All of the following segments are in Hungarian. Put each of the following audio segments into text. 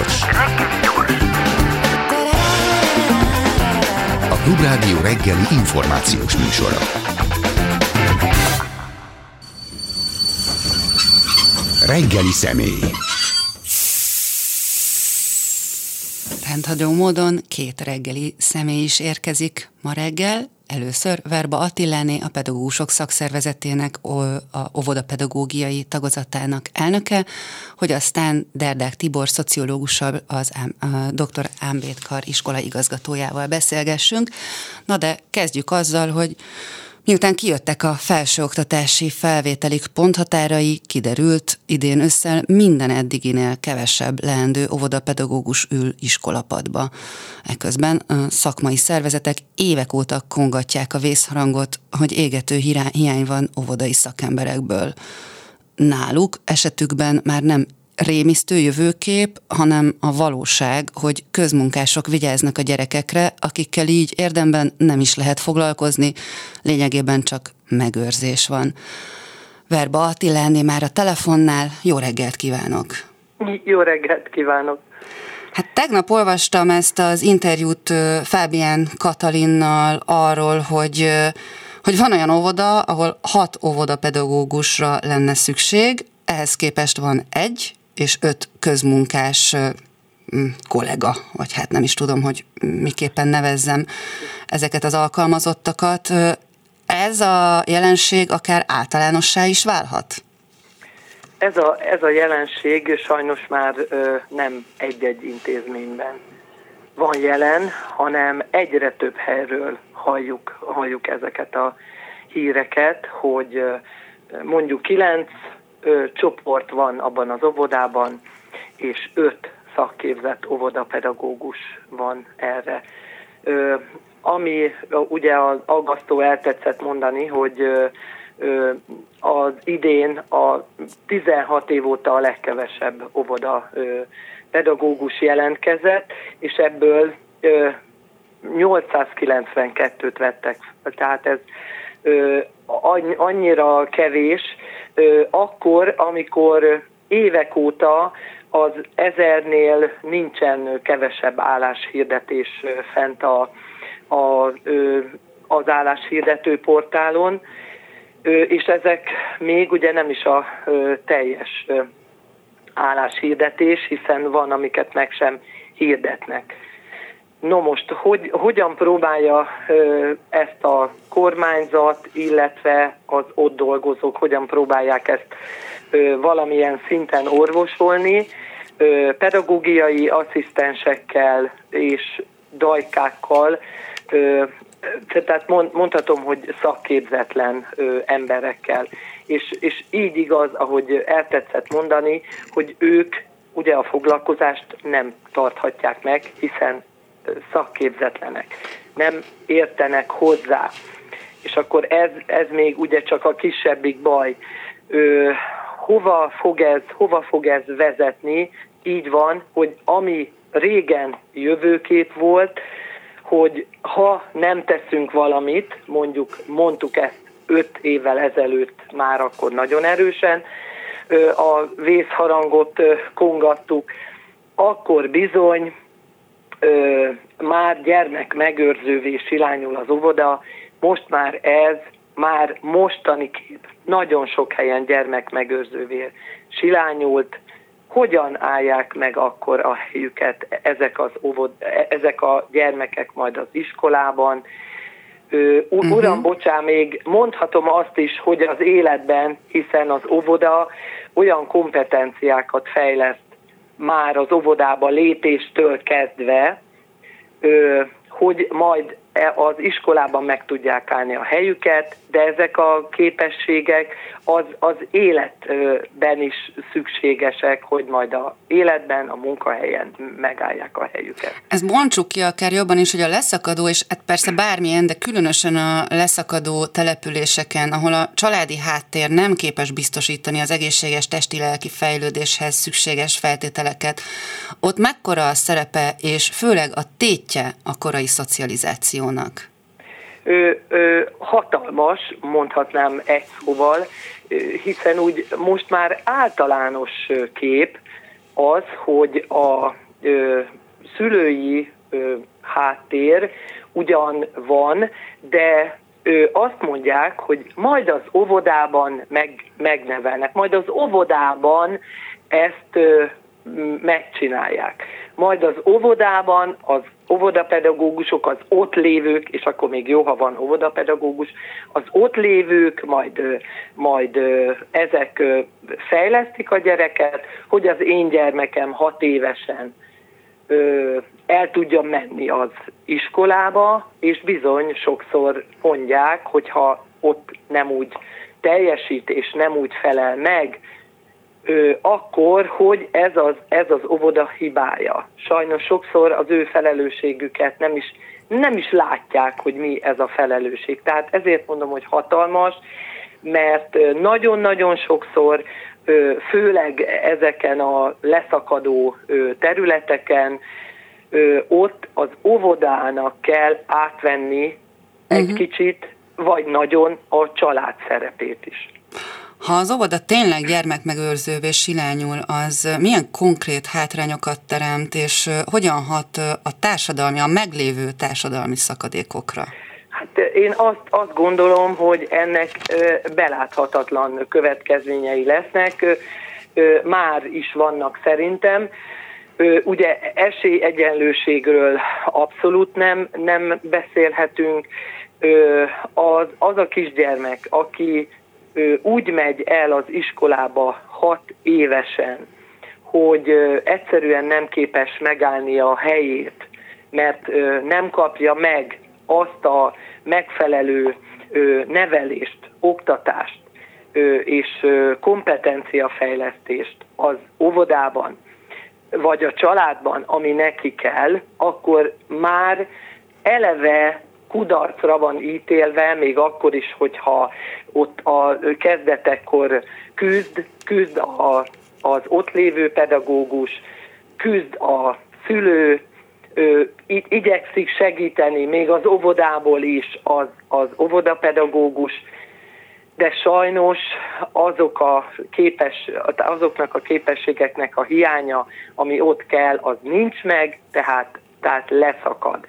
gyors. A Klubrádió reggeli információs műsora. Reggeli személy. Rendhagyó módon 2 reggeli személy is érkezik ma reggel. Először Verba Attiláné, a pedagógusok szakszervezetének, a óvodapedagógiai tagozatának elnöke, hogy aztán Derdák Tibor szociológussal, a dr. Ámbétkar iskola igazgatójával beszélgessünk. Na de kezdjük azzal, hogy miután kijöttek a felsőoktatási felvételi ponthatárai, kiderült idén ősszel minden eddiginél kevesebb leendő óvodapedagógus ül iskolapadba. Eközben a szakmai szervezetek évek óta kongatják a vészharangot, hogy égető hiány van óvodai szakemberekből. Náluk esetükben már nem rémisztő jövőkép, hanem a valóság, hogy közmunkások vigyáznak a gyerekekre, akikkel így érdemben nem is lehet foglalkozni, lényegében csak megőrzés van. Verba Attiláné már a telefonnál. Jó reggelt kívánok! Jó reggelt kívánok! Hát tegnap olvastam ezt az interjút Fábián Katalinnal arról, hogy van olyan óvoda, ahol 6 óvodapedagógusra lenne szükség, ehhez képest van 1 és 5 közmunkás kollega, vagy hát nem is tudom, hogy miképpen nevezzem ezeket az alkalmazottakat. Ez a jelenség akár általánossá is válhat? Ez a jelenség sajnos már nem egy-egy intézményben van jelen, hanem egyre több helyről halljuk ezeket a híreket, hogy mondjuk 9 csoport van abban az óvodában, és 5 szakképzett óvodapedagógus van erre. Ami ugye az aggasztó eltetszett mondani, hogy az idén a 16 év óta a legkevesebb óvodapedagógus jelentkezett, és ebből 892-t vettek. Tehát ez annyira kevés, akkor, amikor évek óta az 1000-nél nincsen kevesebb álláshirdetés fent az álláshirdető portálon, és ezek még ugye nem is a teljes álláshirdetés, hiszen van, amiket meg sem hirdetnek. No most, hogyan próbálja ezt a kormányzat, illetve az ott dolgozók, hogyan próbálják ezt valamilyen szinten orvosolni? Pedagógiai asszisztensekkel és dajkákkal, tehát mondhatom, hogy szakképzetlen emberekkel. És így igaz, ahogy eltetszett mondani, hogy ők ugye a foglalkozást nem tarthatják meg, hiszen szakképzetlenek, nem értenek hozzá. És akkor ez még ugye csak a kisebbik baj. Hova fog ez vezetni? Így van, hogy ami régen jövőkép volt, hogy ha nem teszünk valamit, mondtuk ezt 5 évvel ezelőtt már akkor nagyon erősen, a vészharangot kongattuk, akkor bizony már gyermekmegőrzővé silányul az óvoda, most már ez már mostani kép. Nagyon sok helyen gyermekmegőrzővé silányult. Hogyan állják meg akkor a helyüket ezek a gyermekek majd az iskolában? Uram, bocsán, még mondhatom azt is, hogy az életben, hiszen az óvoda olyan kompetenciákat fejleszt már az óvodába lépéstől kezdve, hogy majd az iskolában meg tudják állni a helyüket, de ezek a képességek az életben is szükségesek, hogy majd az életben, a munkahelyen megállják a helyüket. Ezt bontsuk ki akár jobban is, hogy a leszakadó, és persze bármilyen, de különösen a leszakadó településeken, ahol a családi háttér nem képes biztosítani az egészséges testi-lelki fejlődéshez szükséges feltételeket, ott mekkora a szerepe, és főleg a tétje a korai szocializációnak? Hatalmas, mondhatnám egy szóval, hiszen úgy most már általános kép az, hogy szülői háttér ugyan van, de azt mondják, hogy majd az óvodában megnevelnek, majd az óvodában ezt megcsinálják. Majd az óvodában az óvodapedagógusok, az ott lévők, és akkor még jó, ha van óvodapedagógus, az ott lévők majd ezek fejlesztik a gyereket, hogy az én gyermekem 6 évesen el tudja menni az iskolába, és bizony sokszor mondják, hogyha ott nem úgy teljesít, és nem úgy felel meg, akkor, hogy ez az óvoda hibája. Sajnos sokszor az ő felelősségüket nem is látják, hogy mi ez a felelősség. Tehát ezért mondom, hogy hatalmas, mert nagyon-nagyon sokszor, főleg ezeken a leszakadó területeken, ott az óvodának kell átvenni egy kicsit, vagy nagyon a család szerepét is. Ha az óvoda tényleg gyermekmegőrzővé silányul, az milyen konkrét hátrányokat teremt, és hogyan hat a meglévő társadalmi szakadékokra? Hát én azt gondolom, hogy ennek beláthatatlan következményei lesznek, már is vannak szerintem. Ugye esélyegyenlőségről abszolút nem beszélhetünk. Az a kisgyermek, aki úgy megy el az iskolába 6 évesen, hogy egyszerűen nem képes megállni a helyét, mert nem kapja meg azt a megfelelő nevelést, oktatást és kompetenciafejlesztést az óvodában, vagy a családban, ami neki kell, akkor már eleve kudarcra van ítélve, még akkor is, hogyha ott a kezdetekkor küzd az ott lévő pedagógus, küzd a szülő, igyekszik segíteni, még az óvodából is az óvodapedagógus, de sajnos azoknak a képességeknek a hiánya, ami ott kell, az nincs meg, tehát leszakad.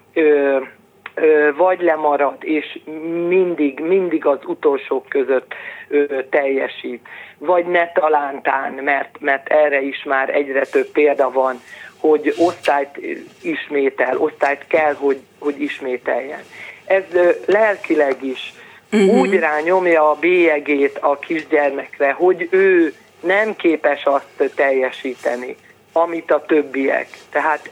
Vagy lemarad, és mindig az utolsók között teljesít. Vagy ne talántán, mert erre is már egyre több példa van, hogy osztályt ismétel, osztályt kell, hogy ismételjen. Ez lelkileg is úgy rányomja a bélyegét a kisgyermekre, hogy ő nem képes azt teljesíteni, amit a többiek. Tehát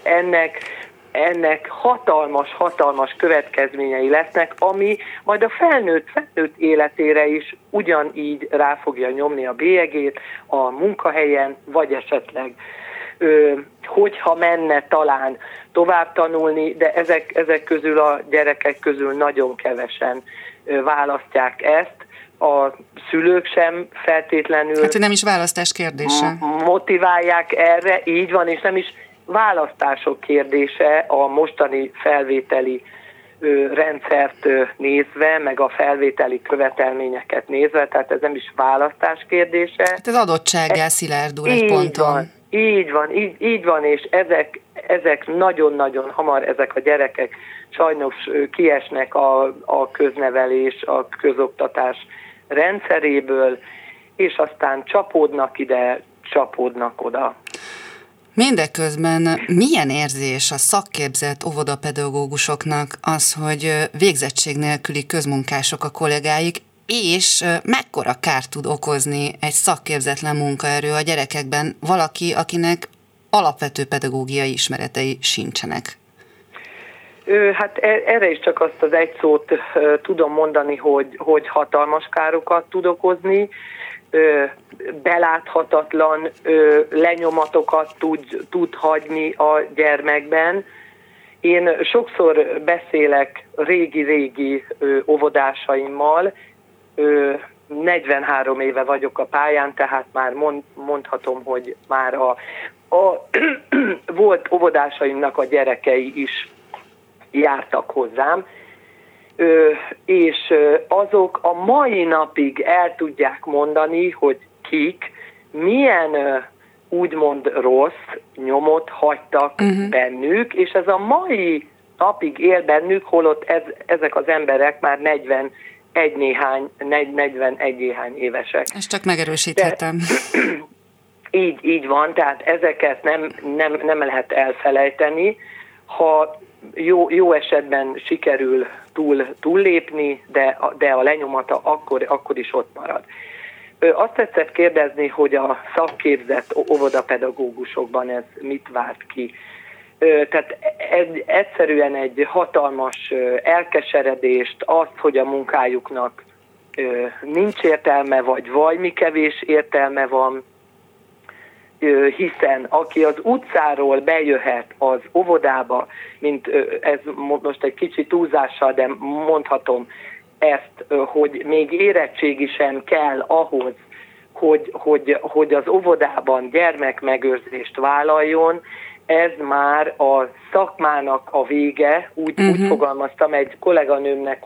ennek hatalmas következményei lesznek, ami majd a felnőtt életére is ugyanígy rá fogja nyomni a bélyegét a munkahelyen, vagy esetleg hogyha menne talán tovább tanulni, de ezek közül a gyerekek közül nagyon kevesen választják ezt. A szülők sem feltétlenül... Hát, hogy nem is választás kérdése. Motiválják erre, így van, és nem is választások kérdése a mostani felvételi rendszert nézve, meg a felvételi követelményeket nézve, tehát ez nem is választás kérdése. Hát ez adottsággá szilárdul egy ponton. Így van, és ezek nagyon-nagyon hamar, ezek a gyerekek sajnos kiesnek a köznevelés, a közoktatás rendszeréből, és aztán csapódnak ide, csapódnak oda. Mindeközben milyen érzés a szakképzett óvodapedagógusoknak az, hogy végzettség nélküli közmunkások a kollégáik, és mekkora kárt tud okozni egy szakképzetlen munkaerő a gyerekekben, valaki, akinek alapvető pedagógiai ismeretei sincsenek? Hát erre is csak azt az egy szót tudom mondani, hogy hatalmas károkat tud okozni, beláthatatlan lenyomatokat tud hagyni a gyermekben. Én sokszor beszélek régi óvodásaimmal, 43 éve vagyok a pályán, tehát már mondhatom, hogy már a volt óvodásaimnak a gyerekei is jártak hozzám, és azok a mai napig el tudják mondani, hogy kik milyen úgymond rossz nyomot hagytak bennük, és ez a mai napig él bennük, holott ezek az emberek már 41 néhány évesek. Ezt csak megerősíthetem. Így van, tehát ezeket nem lehet elfelejteni. Ha jó esetben sikerül túllépni, de a lenyomata akkor is ott marad. Azt tetszett kérdezni, hogy a szakképzett óvodapedagógusokban ez mit vált ki. Tehát egyszerűen egy hatalmas elkeseredést, azt, hogy a munkájuknak nincs értelme, vagy valami kevés értelme van, hiszen aki az utcáról bejöhet az óvodába, mint ez most egy kicsit túlzással, de mondhatom ezt, hogy még érettségi sem kell ahhoz, hogy az óvodában gyermekmegőrzést vállaljon, ez már a szakmának a vége, úgy fogalmaztam egy kolléganőmnek,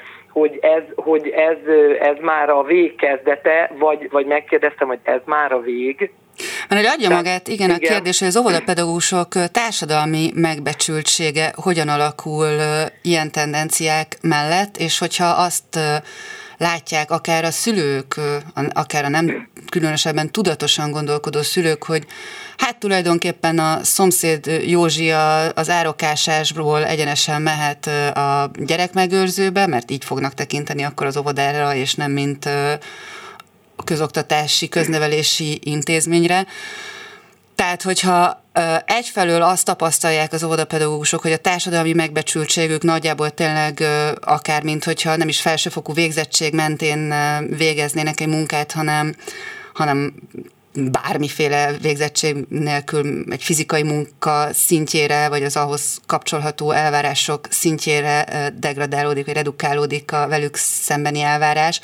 hogy ez már a vég kezdete, vagy megkérdeztem, hogy ez már a vég. Mert hogy adja magát, igen, a kérdés, hogy az óvodapedagógusok társadalmi megbecsültsége hogyan alakul ilyen tendenciák mellett, és hogyha azt látják akár a szülők, akár a nem különösebben tudatosan gondolkodó szülők, hogy hát tulajdonképpen a szomszéd Józsi az árokásásból egyenesen mehet a gyerekmegőrzőbe, mert így fognak tekinteni akkor az óvodára, és nem mint közoktatási, köznevelési intézményre. Tehát, hogyha egyfelől azt tapasztalják az óvodapedagógusok, hogy a társadalmi megbecsültségük nagyjából tényleg akár, mint hogyha nem is felsőfokú végzettség mentén végeznének egy munkát, hanem bármiféle végzettség nélkül egy fizikai munka szintjére, vagy az ahhoz kapcsolható elvárások szintjére degradálódik, vagy redukálódik a velük szembeni elvárás,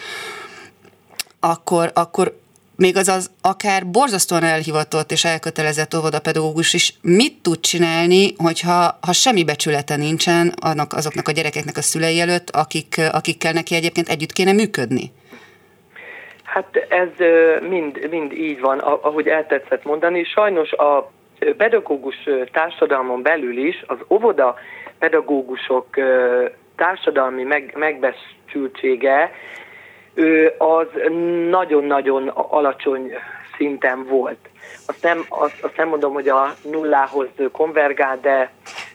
akkor még az akár borzasztóan elhivatott és elkötelezett óvodapedagógus is mit tud csinálni, hogyha semmi becsülete nincsen azoknak a gyerekeknek a szülei előtt, akikkel neki egyébként együtt kéne működni? Hát ez mind így van, ahogy eltetszett mondani. Sajnos a pedagógus társadalmon belül is az óvodapedagógusok társadalmi megbecsültsége az nagyon-nagyon alacsony szinten volt. Azt nem mondom, hogy a nullához konvergál, de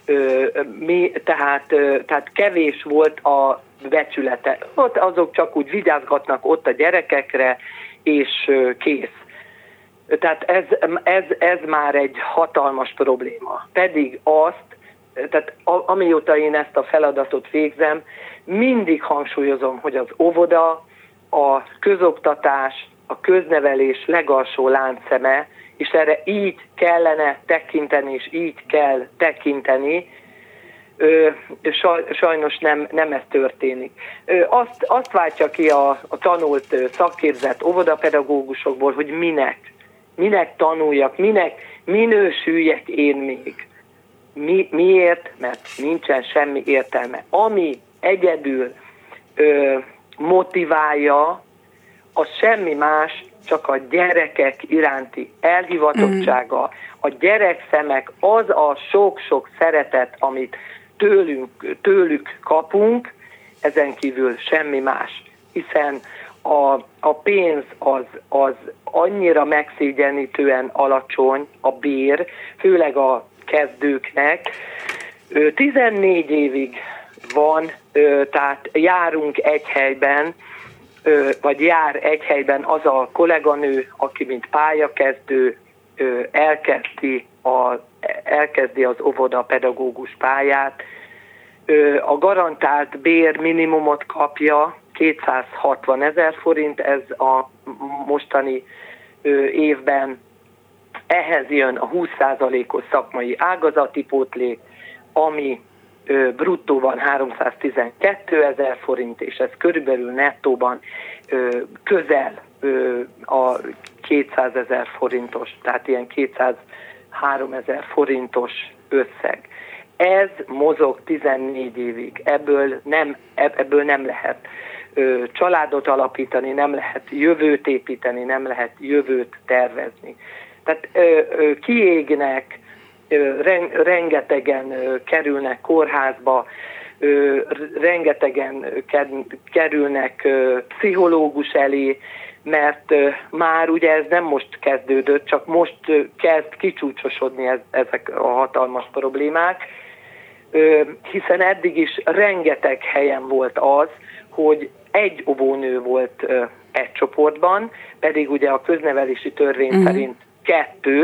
tehát kevés volt a becsülete. Ott azok csak úgy vigyázgatnak ott a gyerekekre, és kész. Tehát ez már egy hatalmas probléma. Pedig tehát amióta én ezt a feladatot végzem, mindig hangsúlyozom, hogy az óvoda, a közoktatás, a köznevelés legalsó láncszeme, és erre így kellene tekinteni, és így kell tekinteni. Sajnos nem ez történik. Azt váltja ki a tanult, szakképzett óvodapedagógusokból, hogy minek tanuljak, minek minősüljek én még. Miért? Mert nincsen semmi értelme. Ami egyedül motiválja, az semmi más, csak a gyerekek iránti elhivatottsága, a gyerekszemek, az a sok-sok szeretet, amit tőlük kapunk, ezen kívül semmi más. Hiszen a pénz az annyira megszégyenlítően alacsony, a bér, főleg a kezdőknek. 14 évig van, tehát járunk egy helyben, vagy jár egy helyben az a kolléganő, aki mint pályakezdő elkezdi az óvodapedagógus pályát. A garantált bér minimumot kapja, 260 000 forint, ez a mostani évben. Ehhez jön a 20%-os szakmai ágazati pótlék, ami bruttóban 312 000 forint, és ez körülbelül nettóban közel a 200 000 forintos, tehát ilyen 203 000 forintos összeg. Ez mozog 14 évig, ebből nem lehet családot alapítani, nem lehet jövőt építeni, nem lehet jövőt tervezni. Tehát kiégnek, rengetegen kerülnek kórházba, rengetegen kerülnek pszichológus elé, mert már ugye ez nem most kezdődött, csak most kezd kicsúcsosodni ezek a hatalmas problémák, hiszen eddig is rengeteg helyen volt az, hogy egy óvónő volt egy csoportban, pedig ugye a köznevelési törvény szerint 2,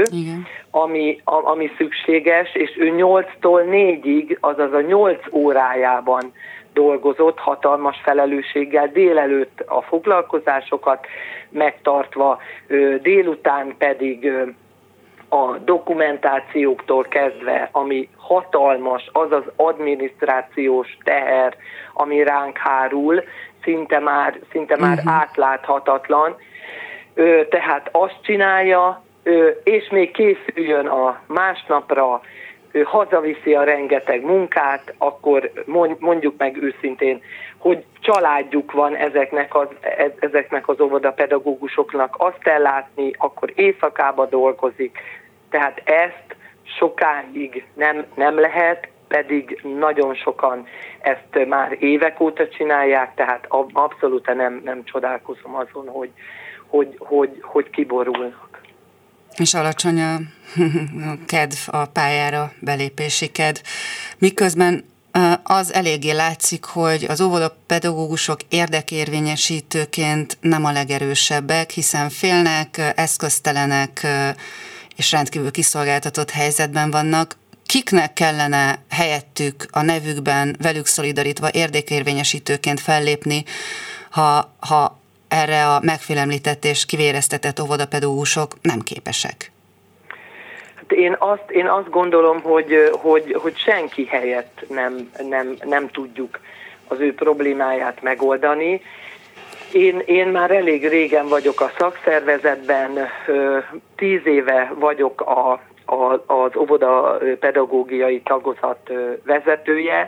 ami szükséges, és ő 8-tól 4-ig, azaz a 8 órájában dolgozott hatalmas felelősséggel, délelőtt a foglalkozásokat megtartva, délután pedig a dokumentációktól kezdve, ami hatalmas, az az adminisztrációs teher, ami ránk hárul, szinte már átláthatatlan. Tehát azt csinálja, és még készüljön a másnapra, hazaviszi a rengeteg munkát, akkor mondjuk meg őszintén, hogy családjuk van ezeknek az óvodapedagógusoknak, azt ellátni, akkor éjszakába dolgozik. Tehát ezt sokáig nem lehet, pedig nagyon sokan ezt már évek óta csinálják, tehát abszolút nem csodálkozom azon, hogy kiborulnak. És alacsony a kedv, a pályára belépési kedv. Miközben az eléggé látszik, hogy az óvodapedagógusok érdekérvényesítőként nem a legerősebbek, hiszen félnek, eszköztelenek és rendkívül kiszolgáltatott helyzetben vannak. Kiknek kellene helyettük a nevükben, velük szolidarítva érdekérvényesítőként fellépni, ha erre a megfélemlített és kivéreztetett óvodapedagógusok nem képesek? Hát én azt gondolom, hogy senki helyett nem tudjuk az ő problémáját megoldani. Én már elég régen vagyok a szakszervezetben, 10 éve vagyok az óvodapedagógiai tagozat vezetője,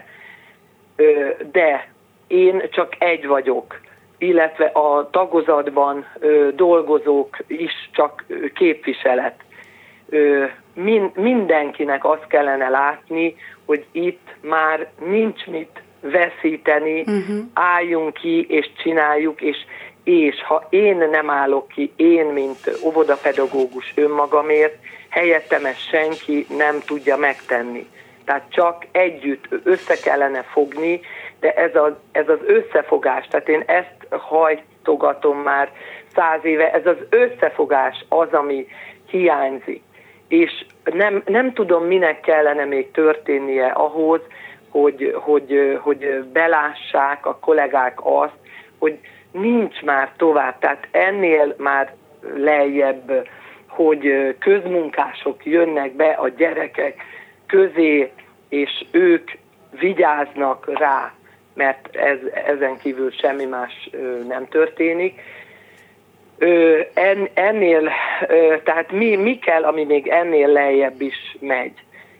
de én csak egy vagyok, illetve a tagozatban dolgozók is csak képviselet. Mindenkinek azt kellene látni, hogy itt már nincs mit veszíteni, álljunk ki és csináljuk, és ha én nem állok ki, én, mint óvodapedagógus önmagamért, helyettem ezt senki nem tudja megtenni. Tehát csak együtt össze kellene fogni, de ez az összefogás, tehát én ezt hajtogatom már 100 éve, ez az összefogás az, ami hiányzik. És nem tudom, minek kellene még történnie ahhoz, hogy belássák a kollégák azt, hogy nincs már tovább. Tehát ennél már lejjebb, hogy közmunkások jönnek be a gyerekek közé, és ők vigyáznak rá, mert ezen kívül semmi más nem történik. Ennél, tehát mi kell, ami még ennél lejjebb is megy?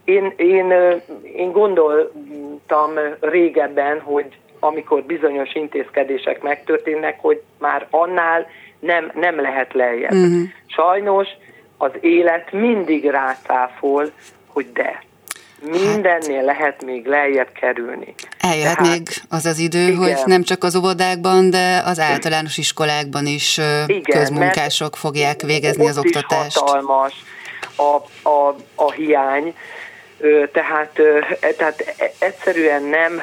Én gondoltam régebben, hogy amikor bizonyos intézkedések megtörténnek, hogy már annál nem lehet lejjebb. Sajnos az élet mindig rácáfol, hogy de. Mindennél lehet még lejjebb kerülni. Eljött még az idő, igen, hogy nem csak az óvodákban, de az általános iskolákban is közmunkások fogják végezni az oktatást. Is hatalmas a hiány, tehát egyszerűen nem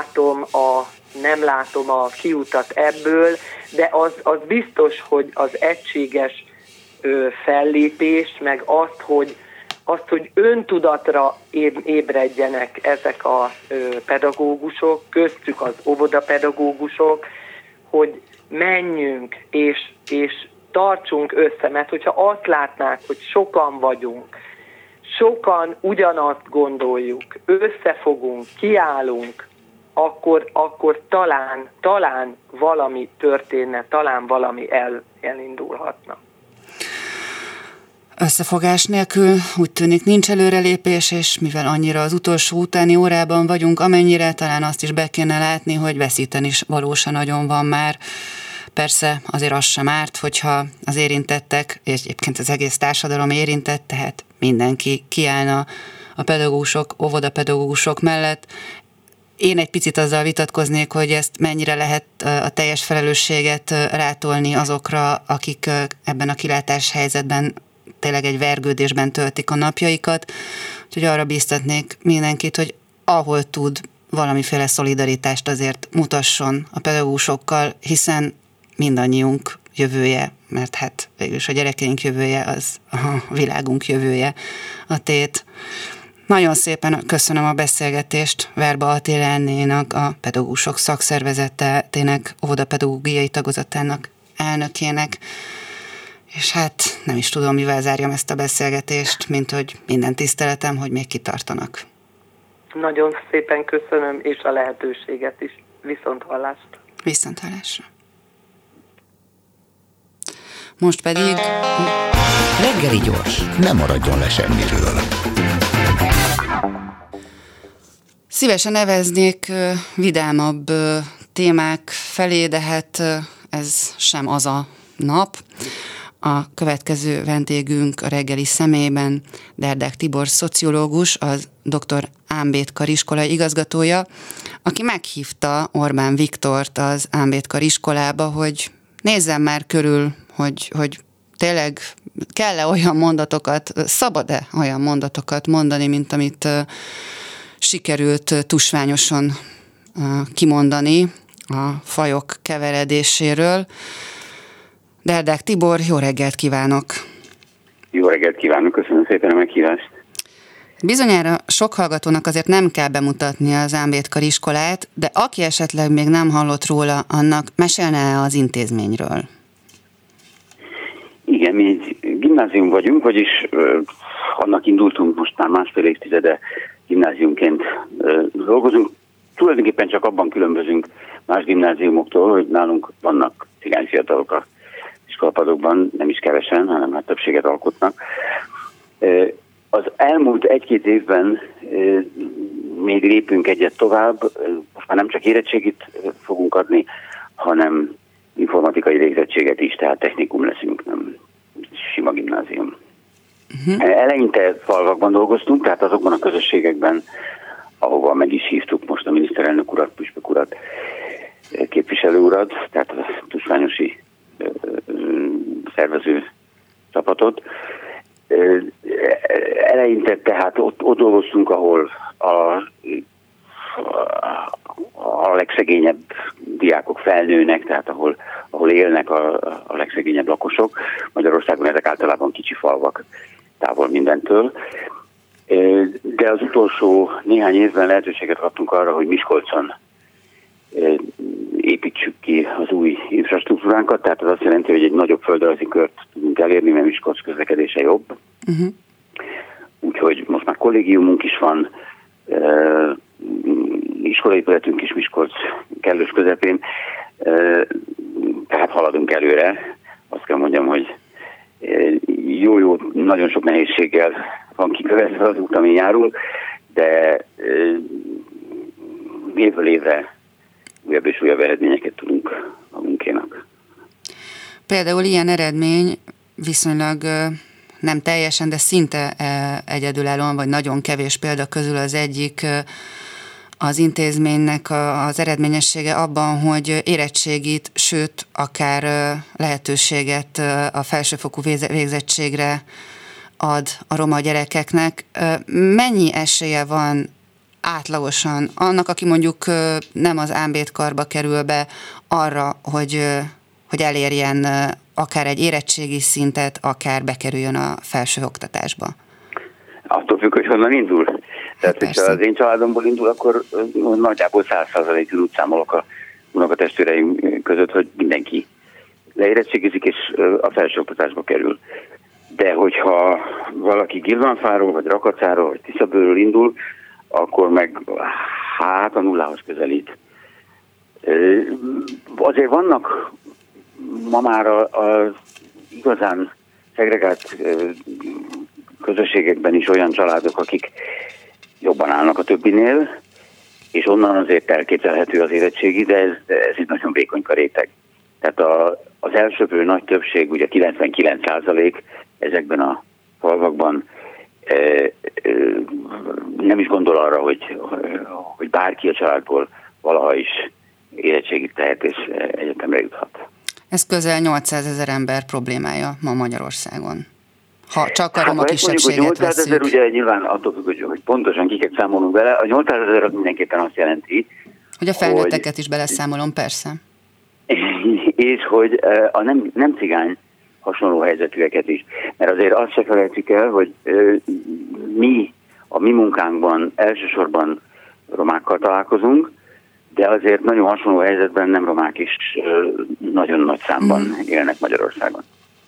látom a kiutat ebből, de az biztos, hogy az egységes fellépés, meg azt, hogy öntudatra ébredjenek ezek a pedagógusok, köztük az óvodapedagógusok, hogy menjünk és tartsunk össze, mert hogyha azt látnák, hogy sokan vagyunk, sokan ugyanazt gondoljuk, összefogunk, kiállunk, akkor talán valami történne, talán valami elindulhatna. Összefogás nélkül úgy tűnik nincs előrelépés, és mivel annyira az utolsó utáni órában vagyunk, amennyire talán azt is be kéne látni, hogy veszíteni is valósan nagyon van már. Persze azért az sem árt, hogyha az érintettek, és egyébként az egész társadalom érintett, tehát mindenki kiállna a pedagógusok, óvodapedagógusok mellett. Én egy picit azzal vitatkoznék, hogy ezt mennyire lehet a teljes felelősséget rátolni azokra, akik ebben a kilátáshelyzetben tényleg egy vergődésben töltik a napjaikat. Úgyhogy arra bíztatnék mindenkit, hogy ahol tud, valamiféle szolidaritást azért mutasson a pedagógusokkal, hiszen mindannyiunk jövője, mert hát végülis a gyerekeink jövője az a világunk jövője a tét. Nagyon szépen köszönöm a beszélgetést Verba Attilánénak, a Pedagógusok Szakszervezetének, óvodapedagógiai tagozatának elnökének, és hát nem is tudom, mivel zárjam ezt a beszélgetést, mint hogy minden tiszteletem, hogy még kitartanak. Nagyon szépen köszönöm, és a lehetőséget is. Viszonthallásra. Viszonthallásra. Most pedig... Reggeli gyors, nem maradjon le semmiről. Szívesen neveznék vidámabb témák felé, de hát ez sem az a nap. A következő vendégünk a reggeli személyben Derdák Tibor szociológus, az dr. Ámbétkar iskola igazgatója, aki meghívta Orbán Viktort az Ámbétkar iskolába, hogy nézzen már körül, hogy tényleg kell-e olyan mondatokat, szabad-e olyan mondatokat mondani, mint amit sikerült tusványosan kimondani a fajok keveredéséről. Derdák Tibor, jó reggelt kívánok! Jó reggelt kívánok, köszönöm szépen a meghívást! Bizonyára sok hallgatónak azért nem kell bemutatni az Ámbétkar iskolát, de aki esetleg még nem hallott róla, annak mesélne az intézményről? Igen, mi egy gimnázium vagyunk, vagyis annak indultunk most már másfél évtizede gimnáziumként dolgozunk. Tulajdonképpen csak abban különbözünk más gimnáziumoktól, hogy nálunk vannak cigányfiatalok a iskolapadokban, nem is kevesen, hanem hát többséget alkotnak. Az elmúlt egy-két évben még lépünk egyet tovább, most már nem csak érettségit fogunk adni, hanem informatikai végzettséget is, tehát technikum leszünk, nem sima gimnázium. Eleinte falvakban dolgoztunk, tehát azokban a közösségekben, ahova meg is hívtuk most a miniszterelnök urat, püspök urat, képviselő urat, tehát a tusványosi szervező csapatot. Eleinte tehát ott dolgoztunk, ahol a legszegényebb diákok felnőnek, tehát ahol élnek a legszegényebb lakosok. Magyarországon ezek általában kicsi falvak, távol mindentől. De az utolsó néhány évben lehetőséget kaptunk arra, hogy Miskolcon építsük ki az új infrastruktúránkat, tehát az azt jelenti, hogy egy nagyobb földrajzi kört tudunk elérni, mert Miskolc közlekedése jobb. Úgyhogy most már kollégiumunk is van, iskolaépületünk is Miskolc kellős közepén, tehát haladunk előre. Azt kell mondjam, hogy jó, nagyon sok nehézséggel van kikövetve az út, amin járunk, de évről évre újabb és újabb eredményeket tudunk a munkénak. Például ilyen eredmény viszonylag nem teljesen, de szinte egyedülállóan, vagy nagyon kevés példa közül az egyik az intézménynek az eredményessége abban, hogy érettségit, sőt, akár lehetőséget a felsőfokú végzettségre ad a roma gyerekeknek. Mennyi esélye van átlagosan annak, aki mondjuk nem az Ámbétkarba kerül be arra, hogy elérjen akár egy érettségi szintet, akár bekerüljön a felsőoktatásba? Attól függ, hogy honnan indul. Tehát, hogyha az én családomból indul, akkor nagyjából 100%-ig úgy számolok a unokatestvéreim között, hogy mindenki leérettségizik és a felsőoktatásba kerül. De hogyha valaki Gilvánfáról, vagy Rakacáról, vagy Tiszabőről indul, akkor meg hát a nullához közelít. Azért vannak ma már az igazán szegregált közösségekben is olyan családok, akik jobban állnak a többinél, és onnan azért elképzelhető az érettségi, de ez egy nagyon vékonyka réteg. Tehát az elsöprő nagy többség, ugye 99% ezekben a falvakban nem is gondol arra, hogy bárki a családból valaha is érettségit tehet és egyetemre juthat. Ez közel 800 000 ember problémája ma Magyarországon. Ha csak a roma kisebbséget vesszük. 800 000 ugye nyilván attól függ, hogy pontosan kiket számolunk bele. A 800 000 mindenképpen azt jelenti, hogy a felnőtteket is beleszámolom, persze. És hogy a nem cigány hasonló helyzetűeket is. Mert azért azt se felejtsük el, hogy mi a mi munkánkban elsősorban romákkal találkozunk, de azért nagyon hasonló helyzetben nem romák is nagyon nagy számban élnek Magyarországon.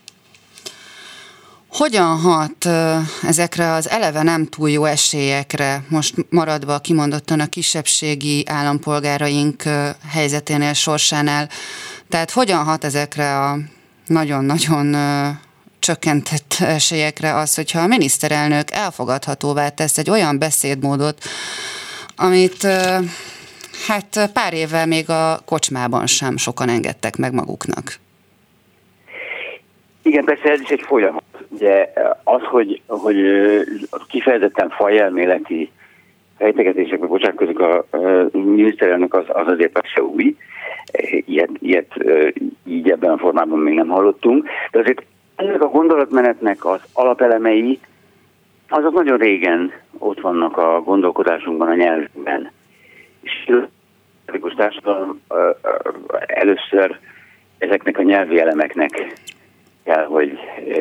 Hogyan hat ezekre az eleve nem túl jó esélyekre, most maradva kimondottan a kisebbségi állampolgáraink helyzeténél, sorsánál, tehát hogyan hat ezekre a nagyon-nagyon csökkentett esélyekre az, hogyha a miniszterelnök elfogadhatóvá tesz egy olyan beszédmódot, amit hát pár évvel még a kocsmában sem sokan engedtek meg maguknak? Igen, persze ez is egy folyamat. Ugye az, hogy kifejezetten fajelméleti fejtegetésekbe bocsátkozik a miniszterelnök, az azért persze új. Ilyet így ebben a formában még nem hallottunk. De azért ennek a gondolatmenetnek az alapelemei, azok nagyon régen ott vannak a gondolkodásunkban, a nyelvben. És a társadalom először ezeknek a nyelvi elemeknek kell, hogy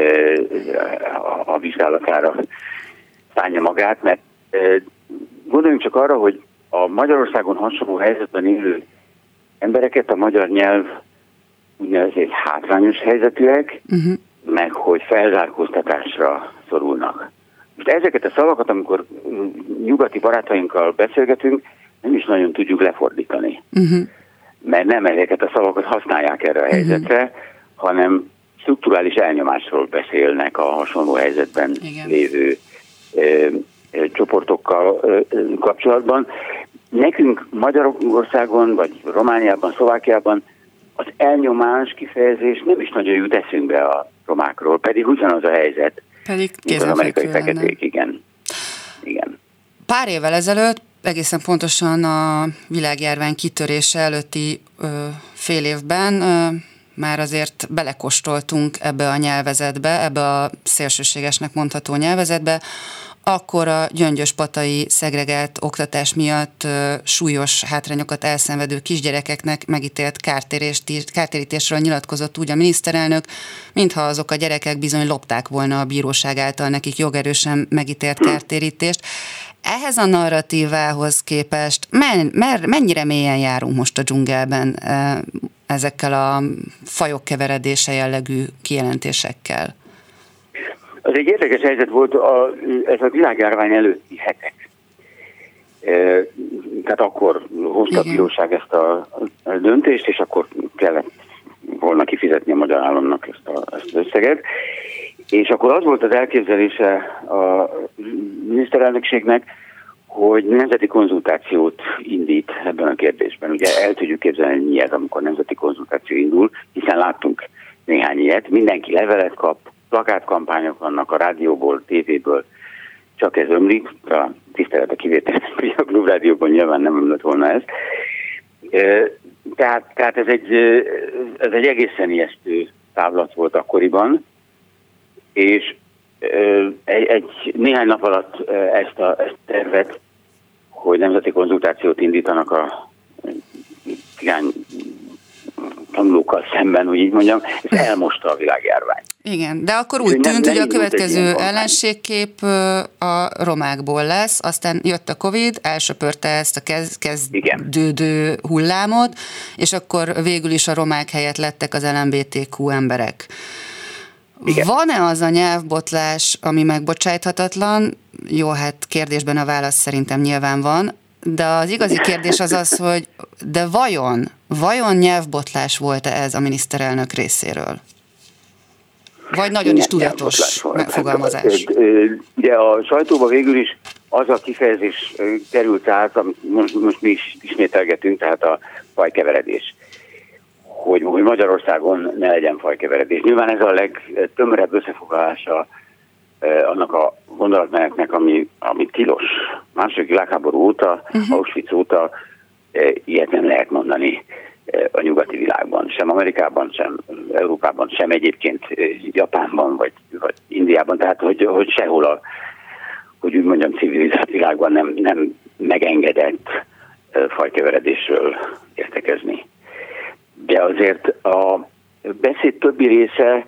a vizsgálatára szállja magát, mert gondoljunk csak arra, hogy a Magyarországon hasonló helyzetben élő embereket a magyar nyelv úgynevezett hátrányos helyzetűek, meg hogy felzárkóztatásra szorulnak. Most ezeket a szavakat, amikor nyugati barátainkkal beszélgetünk, nem is nagyon tudjuk lefordítani. Mert nem ezeket a szavakat használják erre a helyzetre, hanem strukturális elnyomásról beszélnek a hasonló helyzetben lévő csoportokkal kapcsolatban. Nekünk Magyarországon, vagy Romániában, Szlovákiában az elnyomás kifejezés nem is nagyon jut eszünkbe a romákról, pedig ugyanaz a helyzet, pedig mint az amerikai feketék. Igen. Pár évvel ezelőtt, egészen pontosan a világjárvány kitörése előtti fél évben már azért belekóstoltunk ebbe a nyelvezetbe, ebbe a szélsőségesnek mondható nyelvezetbe, akkor a gyöngyöspatai szegregált oktatás miatt súlyos hátrányokat elszenvedő kisgyerekeknek megítélt kártérítésről nyilatkozott úgy a miniszterelnök, mintha azok a gyerekek bizony lopták volna a bíróság által nekik jogerősen megítélt kártérítést. Ehhez a narratívához képest mennyire mélyen járunk most a dzsungelben ezekkel a fajok keveredése jellegű kijelentésekkel? Az egy érdekes helyzet volt ez a világjárvány előtti hetek. Tehát akkor hozta a bíróság ezt a döntést, és akkor kellett volna kifizetni a magyar államnak ezt az összeget. És akkor az volt az elképzelése a miniszterelnökségnek, hogy nemzeti konzultációt indít ebben a kérdésben. Ugye el tudjuk képzelni, hogy miért, amikor nemzeti konzultáció indul, hiszen láttunk néhány ilyet. Mindenki levelet kap, plakátkampányok vannak a rádióból, tévéből, csak ez ömlik. A tisztelet a kivétel, hogy a Klubrádióban nyilván nem ömlött volna ez. Tehát ez egy egészen ijesztő távlat volt akkoriban, és néhány nap alatt ezt a tervet, hogy nemzeti konzultációt indítanak a cigány tanulókkal szemben, hogy így mondjam, ez elmosta a világjárvány. Igen, de akkor úgy tűnt, hogy a következő ellenségkép a romákból lesz, aztán jött a Covid, elsöpörte ezt a kezdődő hullámot, és akkor végül is a romák helyett lettek az LMBTQ emberek. Igen. Van-e az a nyelvbotlás, ami megbocsájthatatlan? Jó, hát kérdésben a válasz szerintem nyilván van, de az igazi kérdés az, hogy de vajon nyelvbotlás volt-e ez a miniszterelnök részéről? Vagy nagyon is tudatos megfogalmazás? Ugye a sajtóba végül is az a kifejezés került át, amit most mi is ismételgetünk, tehát a fajkeveredés. hogy Magyarországon ne legyen fajkeveredés. Nyilván ez a legtömörebb összefoglalása annak a gondolatmenetnek, ami tilos. Második világháború óta, Auschwitz óta ilyet nem lehet mondani a nyugati világban, sem Amerikában, sem Európában, sem egyébként Japánban, vagy Indiában, tehát hogy sehol hogy úgy mondjam, civilizált világban nem megengedett fajkeveredésről értekezni. De azért a beszéd többi része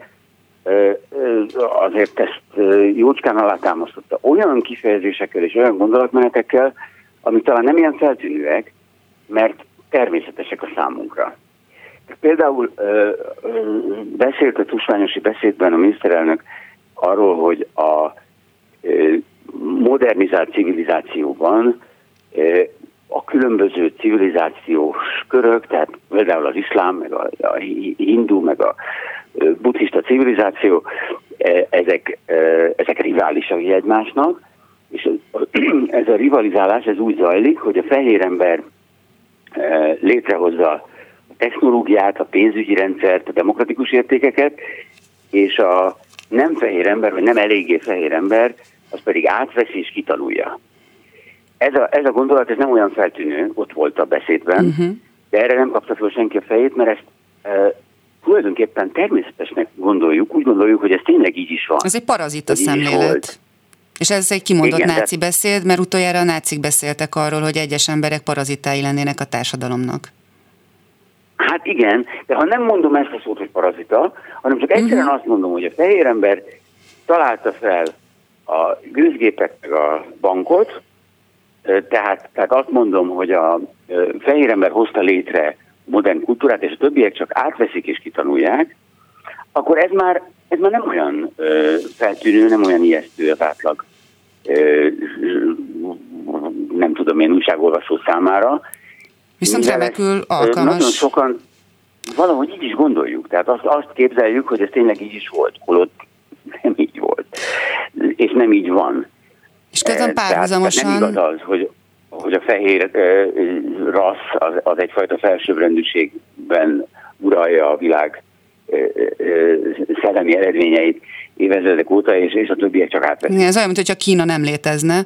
azért ezt jócskán alátámasztotta olyan kifejezésekkel és olyan gondolatmenetekkel, amik talán nem ilyen feltűnőek, mert természetesek a számunkra. Például beszélt a tusványosi beszédben a miniszterelnök arról, hogy a modernizált civilizációban a különböző civilizációs körök, tehát például az iszlám, meg a hindu, meg a buddhista civilizáció, ezek riválisak egymásnak, és ez a rivalizálás ez úgy zajlik, hogy a fehér ember létrehozza a technológiát, a pénzügyi rendszert, a demokratikus értékeket, és a nem fehér ember, vagy nem eléggé fehér ember, az pedig átveszi és kitanulja. Ez a gondolat ez nem olyan feltűnő, ott volt a beszédben, de erre nem kapta fel senki a fejét, mert ezt tulajdonképpen természetesnek gondoljuk, úgy gondoljuk, hogy ez tényleg így is van. Ez egy parazita szemlélet. És ez egy kimondott náci beszéd, mert utoljára a nácik beszéltek arról, hogy egyes emberek parazitái lennének a társadalomnak. Hát igen, de ha nem mondom ezt a szót, hogy parazita, hanem csak egyszerűen azt mondom, hogy a fehér ember találta fel a gőzgépet meg a bankot, tehát azt mondom, hogy a fehér ember hozta létre modern kultúrát, és a többiek csak átveszik és kitanulják, akkor ez már nem olyan feltűnő, nem olyan ijesztő az átlag, nem tudom én, újságolvasó számára. Viszont remekül alkalmas. Nagyon sokan valahogy így is gondoljuk, tehát azt képzeljük, hogy ez tényleg így is volt, holott nem így volt, és nem így van. És közben párhuzamosan... Nem igaz az, hogy a fehér rassz az egyfajta felsőbbrendűségben uralja a világ szellemi eredményeit évezredek óta, és a többiek csak átveszik. Ez olyan, mintha Kína nem létezne,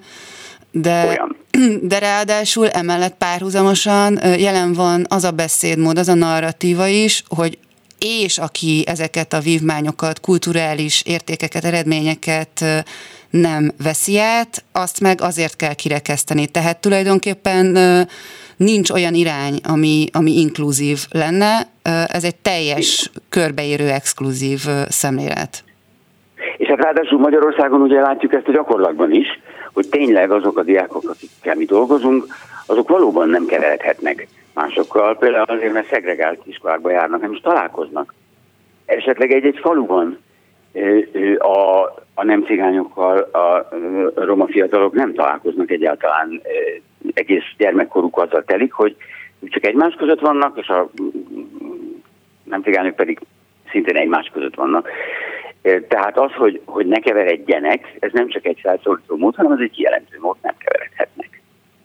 de ráadásul emellett párhuzamosan jelen van az a beszédmód, az a narratíva is, hogy és aki ezeket a vívmányokat, kulturális értékeket, eredményeket nem veszi át, azt meg azért kell kirekeszteni. Tehát tulajdonképpen nincs olyan irány, ami inkluzív lenne, ez egy teljes körbeérő exkluzív szemlélet. És hát ráadásul Magyarországon ugye látjuk ezt a gyakorlatban is, hogy tényleg azok a diákok, akikkel mi dolgozunk, azok valóban nem keveredhetnek másokkal, például azért, mert szegregált iskolákba járnak, nem is találkoznak. Esetleg egy faluban a nem cigányokkal a roma fiatalok nem találkoznak egyáltalán, egész gyermekkoruk azzal telik, hogy csak egymás között vannak, és a nem cigányok pedig szintén egymás között vannak. Tehát az, hogy ne keveredjenek, ez nem csak egy felszólító mód, hanem ez egy kijelentő mód, nem keveredhetnek.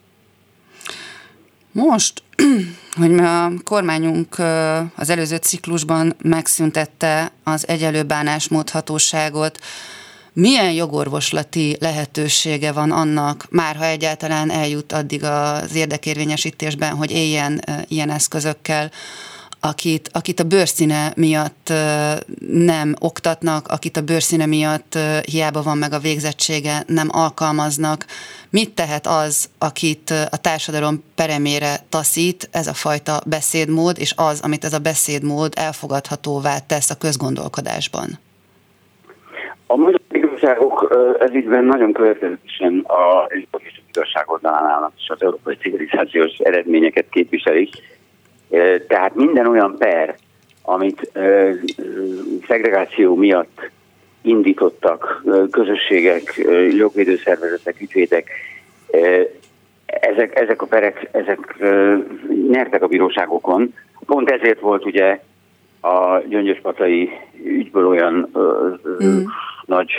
Most, hogy a kormányunk az előző ciklusban megszüntette az egyenlő bánásmódhatóságot, milyen jogorvoslati lehetősége van annak, már ha egyáltalán eljut addig az érdekérvényesítésben, hogy éljen ilyen eszközökkel, akit a bőrszíne miatt nem oktatnak, akit a bőrszíne miatt hiába van meg a végzettsége, nem alkalmaznak. Mit tehet az, akit a társadalom peremére taszít ez a fajta beszédmód, és az, amit ez a beszédmód elfogadhatóvá tesz a közgondolkodásban? A magyar igazságok ez ígyben nagyon következetesen a igazság oldalán állnak, és az európai civilizációs eredményeket képviselik. Tehát minden olyan per, amit szegregáció miatt indítottak közösségek, jogvédőszervezetek, ügyvédek, ezek a perek, ezek nyertek a bíróságokon. Pont ezért volt ugye a gyöngyöspatai ügyből olyan nagy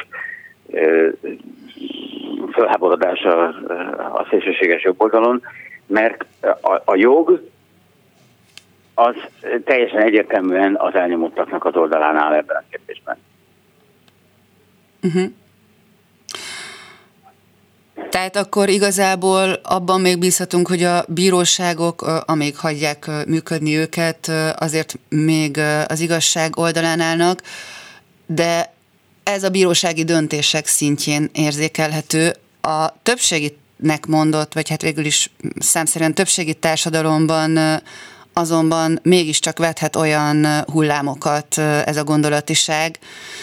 felháborodás a szélsőséges jobboldalon, mert a jog az teljesen egyértelműen az elnyomottaknak az oldalán áll ebben a kérdésben. Uh-huh. Tehát akkor igazából abban még bízhatunk, hogy a bíróságok, amíg hagyják működni őket, azért még az igazság oldalán állnak, de ez a bírósági döntések szintjén érzékelhető. A többséginek mondott, vagy hát végül is számszerűen többségi társadalomban azonban mégiscsak vethet olyan hullámokat ez a gondolatiság,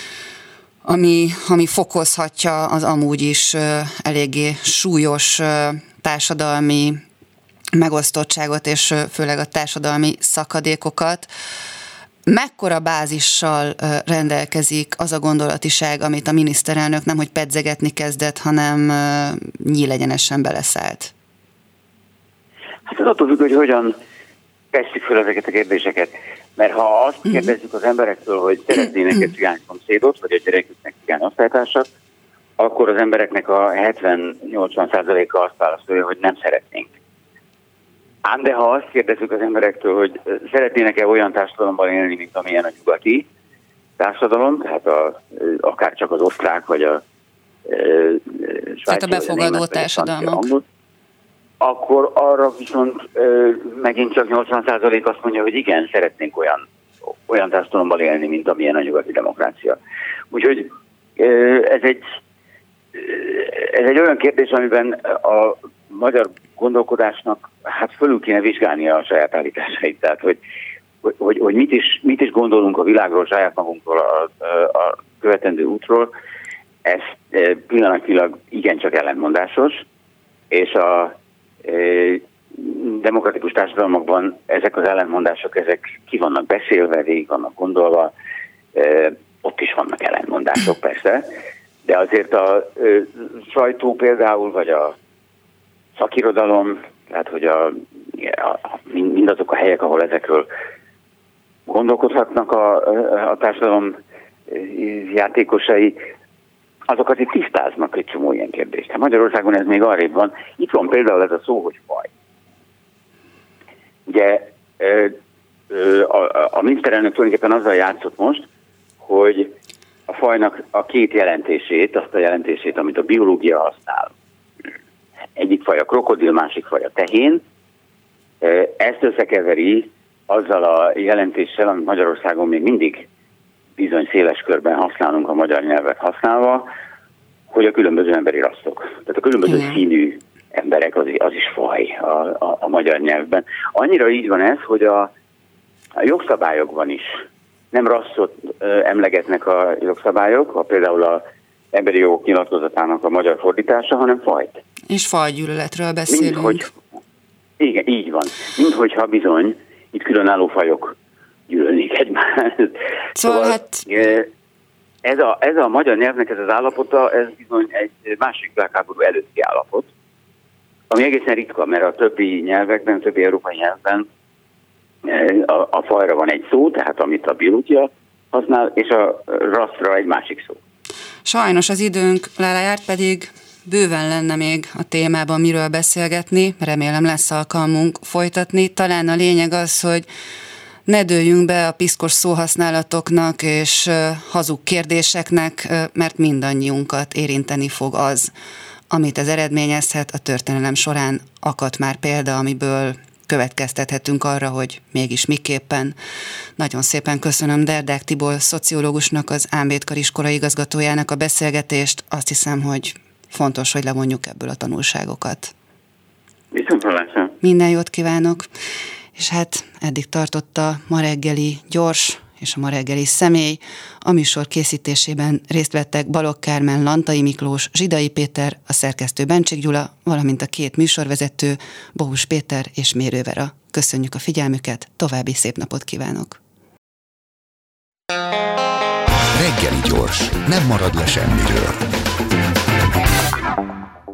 ami fokozhatja az amúgy is eléggé súlyos társadalmi megosztottságot, és főleg a társadalmi szakadékokat. Mekkora bázissal rendelkezik az a gondolatiság, amit a miniszterelnök nemhogy pedzegetni kezdett, hanem nyílegyenesen beleszállt? Hát az attól függ, hogy hogyan tesszük fel ezeket a kérdéseket. Mert ha azt kérdezzük az emberektől, hogy szeretnének egy cigány szomszédot, vagy a gyereküknek cigány osztálytársat, akkor az embereknek a 70-80%-a azt válaszolja, hogy nem szeretnénk. Ám de ha azt kérdezzük az emberektől, hogy szeretnének-e olyan társadalomban élni, mint amilyen a nyugati társadalom, tehát akár csak az osztrák, vagy a svájci, tehát a befogadó társadalmak. Akkor arra viszont megint csak 80% azt mondja, hogy igen, szeretnénk olyan társadalomban élni, mint amilyen a nyugati demokrácia. Úgyhogy ez egy olyan kérdés, amiben a magyar gondolkodásnak hát fölül kéne vizsgálnia a saját állításait. Tehát, hogy mit is gondolunk a világról, saját magunkról, a követendő útról, ez pillanatnyilag igencsak ellentmondásos, és a demokratikus társadalmakban ezek az ellentmondások, ezek ki vannak beszélve, végig vannak gondolva, ott is vannak ellentmondások persze, de azért a sajtó például, vagy a szakirodalom, tehát hogy mindazok a helyek, ahol ezekről gondolkodhatnak a társadalom játékosai, azok azért tisztáznak egy csomó ilyen kérdést. Hát Magyarországon ez még arrébb van. Itt van például ez a szó, hogy faj. Ugye a miniszterelnök tulajdonképpen azzal játszott most, hogy a fajnak a két jelentését, azt a jelentését, amit a biológia használ, egyik faj a krokodil, másik faj a tehén, ezt összekeveri azzal a jelentéssel, amit Magyarországon még mindig bizony széles körben használunk a magyar nyelvet használva, hogy a különböző emberi rasszok. Tehát a különböző színű emberek az is faj a magyar nyelvben. Annyira így van ez, hogy a jogszabályokban is nem rasszot emlegetnek a jogszabályok, például az emberi jogok nyilatkozatának a magyar fordítása, hanem fajt. És fajgyűlöletről beszélünk. Igen, így van. Minthogyha bizony itt különálló fajok gyűlölnék egymást. Szóval hát... Ez a magyar nyelvnek ez az állapota, ez bizony egy másik világháború előtti állapot, ami egészen ritka, mert a többi nyelvekben, többi európai nyelvben a fajra van egy szó, tehát amit a biológia használ, és a rasszra egy másik szó. Sajnos az időnk lejárt, pedig bőven lenne még a témában miről beszélgetni, remélem lesz alkalmunk folytatni. Talán a lényeg az, hogy ne dőljünk be a piszkos szóhasználatoknak és hazug kérdéseknek, mert mindannyiunkat érinteni fog az, amit ez eredményezhet. A történelem során akadt már példa, amiből következtethetünk arra, hogy mégis miképpen. Nagyon szépen köszönöm Derdák Tibor szociológusnak, az Ámbétkar iskola igazgatójának a beszélgetést. Azt hiszem, hogy fontos, hogy levonjuk ebből a tanulságokat. Viszontlátásra. Minden jót kívánok! És hát eddig tartott a Ma reggeli gyors és a Ma reggeli személy. A műsor készítésében részt vettek Balogh Kármen, Lantai Miklós, Zsidai Péter, a szerkesztő Bencsik Gyula, valamint a két műsorvezető, Bohus Péter és Mérő Vera. Köszönjük a figyelmüket, további szép napot kívánok! Reggeli gyors, nem marad le semmiről.